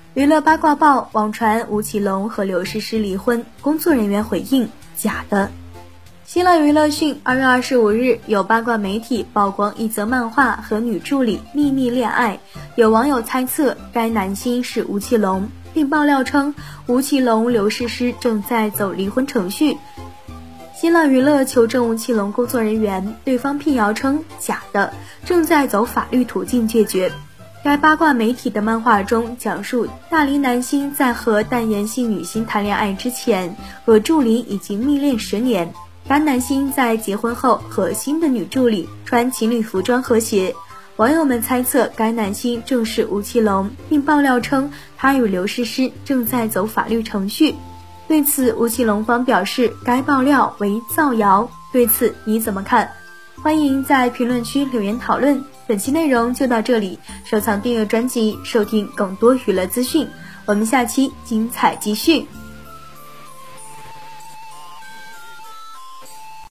娱乐八卦报网传吴奇隆和刘诗诗离婚，工作人员回应假的。新浪娱乐讯2月25日，有八卦媒体曝光一则漫画和女助理秘密恋爱，有网友猜测该男星是吴奇隆，并爆料称吴奇隆、刘诗诗正在走离婚程序。新浪娱乐求证吴奇隆工作人员，对方辟谣称假的，正在走法律途径解决。该八卦媒体的漫画中讲述大龄男星在和淡颜系女星谈恋爱之前，和助理已经密恋10年。该男星在结婚后和新的女助理穿情侣服装和谐，网友们猜测该男星正是吴奇隆，并爆料称他与刘诗诗正在走法律程序。对此，吴奇隆方表示该爆料为造谣。对此你怎么看？欢迎在评论区留言讨论。本期内容就到这里，收藏订阅专辑，收听更多娱乐资讯。我们下期精彩继续。